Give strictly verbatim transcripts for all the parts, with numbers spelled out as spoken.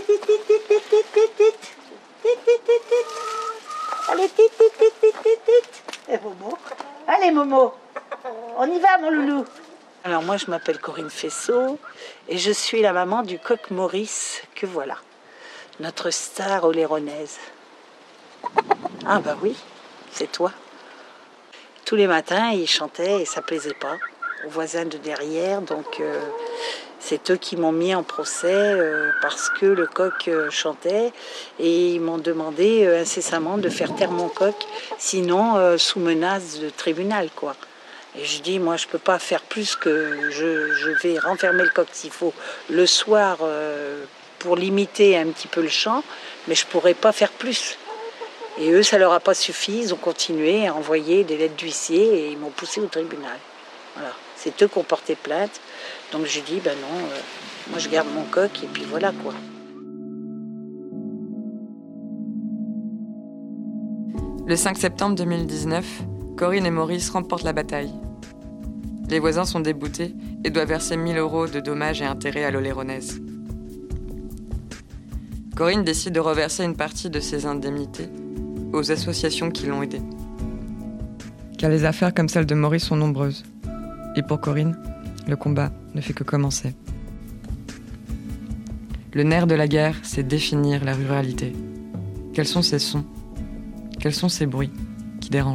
Allez, tit, tit, tit, tit, tit, tit. Et Momo. Allez, Momo. On y va, mon loulou. Alors, moi, je m'appelle Corinne Fessot et je suis la maman du coq Maurice, que voilà, notre star oléronaise. Ah, bah oui, c'est toi. Tous les matins, il chantait et ça plaisait pas aux voisins de derrière, donc euh, c'est eux qui m'ont mis en procès euh, parce que le coq euh, chantait et ils m'ont demandé euh, incessamment de faire taire mon coq, sinon euh, sous menace de tribunal, quoi. Et je dis, moi, je peux pas faire plus que je, je vais renfermer le coq s'il faut le soir euh, pour limiter un petit peu le chant, mais je pourrais pas faire plus. Et eux, ça leur a pas suffi, ils ont continué à envoyer des lettres d'huissier et ils m'ont poussé au tribunal. Voilà, c'est eux qui ont porté plainte. Donc j'ai dit, ben non, euh, moi je garde mon coq et puis voilà quoi. Le cinq septembre deux mille dix-neuf, Corinne et Maurice remportent la bataille. Les voisins sont déboutés et doivent verser mille euros de dommages et intérêts à l'Oléronaise. Corinne décide de reverser une partie de ses indemnités aux associations qui l'ont aidée. Car les affaires comme celle de Maurice sont nombreuses. Et pour Corinne, le combat ne fait que commencer. Le nerf de la guerre, c'est définir la ruralité. Quels sont ces sons ? Quels sont ces bruits qui dérangent ?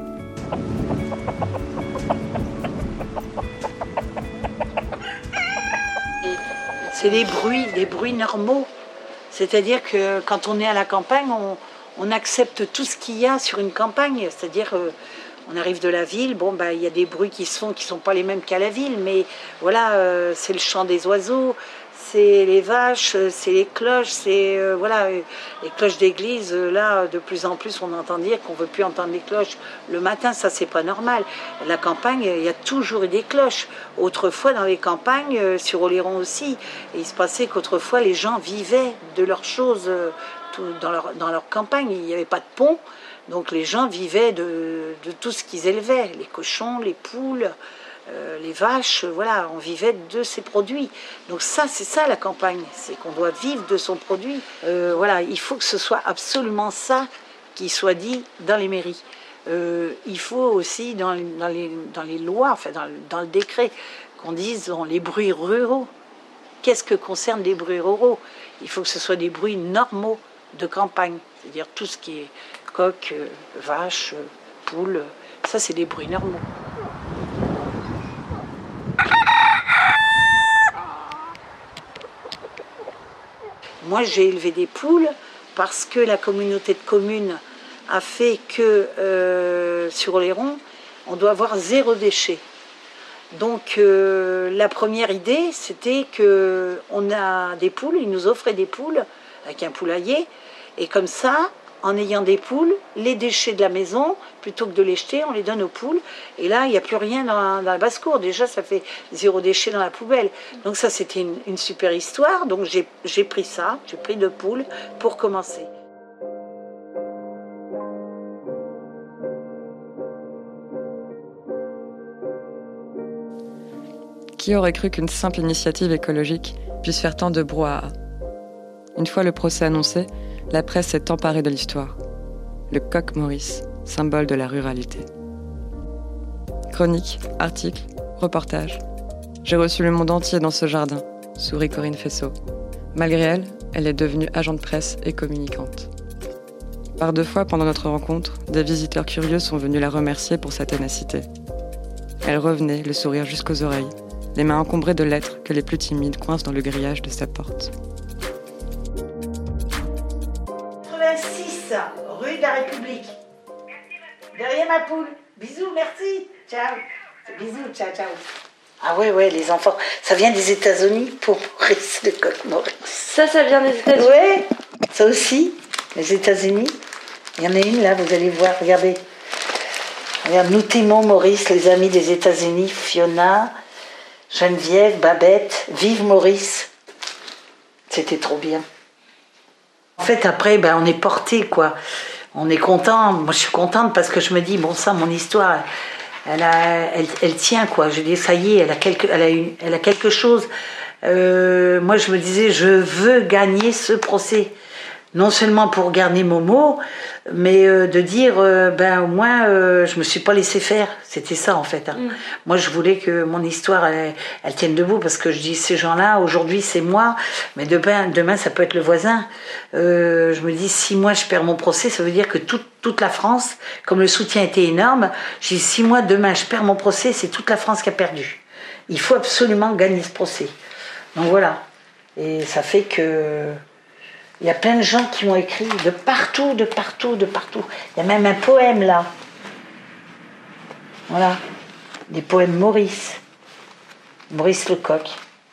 C'est des bruits, des bruits normaux. C'est-à-dire que quand on est à la campagne, on, on accepte tout ce qu'il y a sur une campagne. C'est-à-dire, euh, on arrive de la ville, bon, bah, il y a des bruits qui se font, qui ne sont pas les mêmes qu'à la ville, mais voilà, euh, c'est le chant des oiseaux, c'est les vaches, c'est les cloches, c'est euh, voilà, les cloches d'église. Là, de plus en plus, on entend dire qu'on ne veut plus entendre les cloches le matin. Ça, c'est pas normal. La campagne, il y a toujours eu des cloches. Autrefois, dans les campagnes, euh, sur Oléron aussi, et il se passait qu'autrefois, les gens vivaient de leurs choses euh, tout, dans, leur, dans leur campagne. Il n'y avait pas de pont, donc les gens vivaient de, de tout ce qu'ils élevaient, les cochons, les poules. Euh, les vaches, voilà, on vivait de ces produits. Donc ça, c'est ça la campagne, c'est qu'on doit vivre de son produit. Euh, voilà, il faut que ce soit absolument ça qui soit dit dans les mairies. Euh, il faut aussi dans, dans, les, dans les lois, enfin dans, dans le décret, qu'on dise dans les bruits ruraux. Qu'est-ce que concerne les bruits ruraux ? Il faut que ce soit des bruits normaux de campagne, c'est-à-dire tout ce qui est coq, euh, vache, euh, poule, ça c'est des bruits normaux. Moi, j'ai élevé des poules parce que la communauté de communes a fait que euh, sur Oléron, on doit avoir zéro déchet. Donc, euh, la première idée, c'était qu'on a des poules, ils nous offraient des poules avec un poulailler, et comme ça, en ayant des poules, les déchets de la maison, plutôt que de les jeter, on les donne aux poules. Et là, il n'y a plus rien dans la, dans la basse-cour. Déjà, ça fait zéro déchet dans la poubelle. Donc ça, c'était une, une super histoire. Donc j'ai, j'ai pris ça, j'ai pris deux poules pour commencer. Qui aurait cru qu'une simple initiative écologique puisse faire tant de brouhaha ? Une fois le procès annoncé, la presse s'est emparée de l'histoire. Le coq Maurice, symbole de la ruralité. Chroniques, articles, reportages. J'ai reçu le monde entier dans ce jardin, sourit Corinne Fessot. Malgré elle, elle est devenue agent de presse et communicante. Par deux fois pendant notre rencontre, des visiteurs curieux sont venus la remercier pour sa ténacité. Elle revenait, le sourire jusqu'aux oreilles, les mains encombrées de lettres que les plus timides coincent dans le grillage de sa porte. quatre-vingt-six, rue de la République. Derrière ma poule. Bisous, merci. Ciao. Bisous, ciao, ciao. Ah ouais, ouais, les enfants. Ça vient des États-Unis pour Maurice, le coq Maurice. Ça, ça vient des États-Unis. Ouais, ça aussi, les États-Unis. Il y en a une là, vous allez voir, regardez. Regarde, nous t'aimons Maurice, les amis des États-Unis, Fiona, Geneviève, Babette, vive Maurice. C'était trop bien. En fait, après, ben, on est porté, quoi. On est content. Moi, je suis contente parce que je me dis, bon, ça, mon histoire, elle, a, elle, elle tient, quoi. Je dis, ça y est, elle a quelque, elle a une, elle a quelque chose Euh, moi, je me disais, je veux gagner ce procès. Non seulement pour garder Momo, mais euh, de dire, euh, ben au moins, euh, je me suis pas laissé faire. C'était ça en fait. Hein. Mm. Moi, je voulais que mon histoire, elle, elle tienne debout, parce que je dis, ces gens-là, aujourd'hui, c'est moi, mais demain, demain, ça peut être le voisin. Euh, je me dis, si moi je perds mon procès, ça veut dire que toute toute la France, comme le soutien était énorme, je dis, si moi demain je perds mon procès, c'est toute la France qui a perdu. Il faut absolument gagner ce procès. Donc voilà. Et ça fait que il y a plein de gens qui m'ont écrit de partout, de partout, de partout. Il y a même un poème là. Voilà. Des poèmes Maurice. Maurice Lecoq.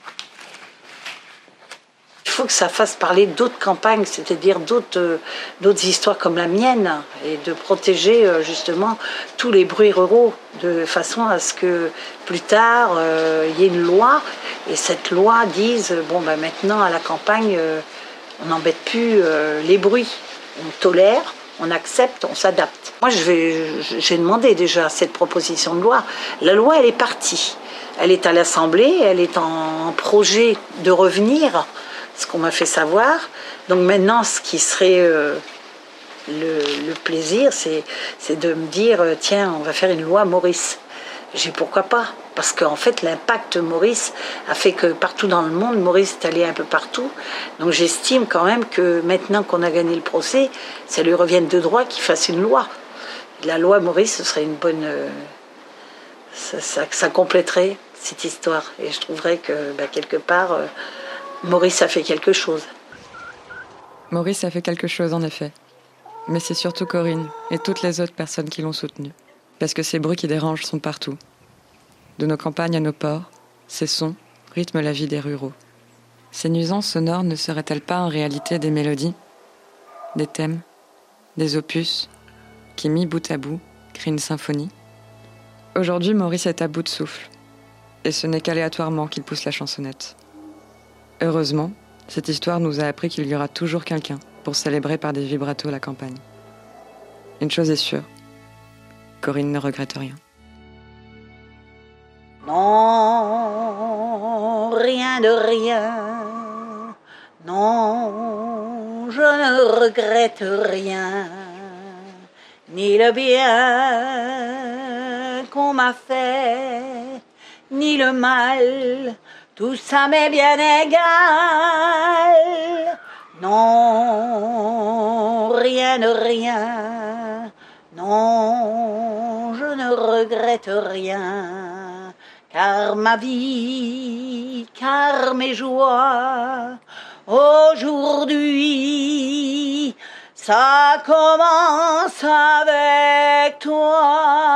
Il faut que ça fasse parler d'autres campagnes, c'est-à-dire d'autres, euh, d'autres histoires comme la mienne, et de protéger euh, justement tous les bruits ruraux, de façon à ce que plus tard, euh, il y ait une loi, et cette loi dise, bon ben maintenant à la campagne, euh, on n'embête plus euh, les bruits, on tolère, on accepte, on s'adapte. Moi, je vais, j'ai demandé déjà cette proposition de loi. La loi, elle est partie. Elle est à l'Assemblée, elle est en projet de revenir, ce qu'on m'a fait savoir. Donc maintenant, ce qui serait euh, le, le plaisir, c'est, c'est de me dire, euh, tiens, on va faire une loi Maurice. J'ai pourquoi pas, parce qu'en fait l'impact Maurice a fait que partout dans le monde, Maurice est allé un peu partout. Donc j'estime quand même que maintenant qu'on a gagné le procès, ça lui revienne de droit qu'il fasse une loi. La loi Maurice, ce serait une bonne... Euh, ça, ça, ça compléterait cette histoire. Et je trouverais que bah, quelque part, euh, Maurice a fait quelque chose. Maurice a fait quelque chose en effet. Mais c'est surtout Corinne et toutes les autres personnes qui l'ont soutenu. Parce que ces bruits qui dérangent sont partout. De nos campagnes à nos ports, ces sons rythment la vie des ruraux. Ces nuisances sonores ne seraient-elles pas en réalité des mélodies, des thèmes, des opus, qui mis bout à bout créent une symphonie? Aujourd'hui, Maurice est à bout de souffle, et ce n'est qu'aléatoirement qu'il pousse la chansonnette. Heureusement, cette histoire nous a appris qu'il y aura toujours quelqu'un pour célébrer par des vibratos la campagne. Une chose est sûre, Corinne ne regrette rien. Non, rien de rien. Non, je ne regrette rien. Ni le bien qu'on m'a fait, ni le mal. Tout ça m'est bien égal. Non, rien de rien. Non, je ne regrette rien, car ma vie, car mes joies, aujourd'hui, ça commence avec toi.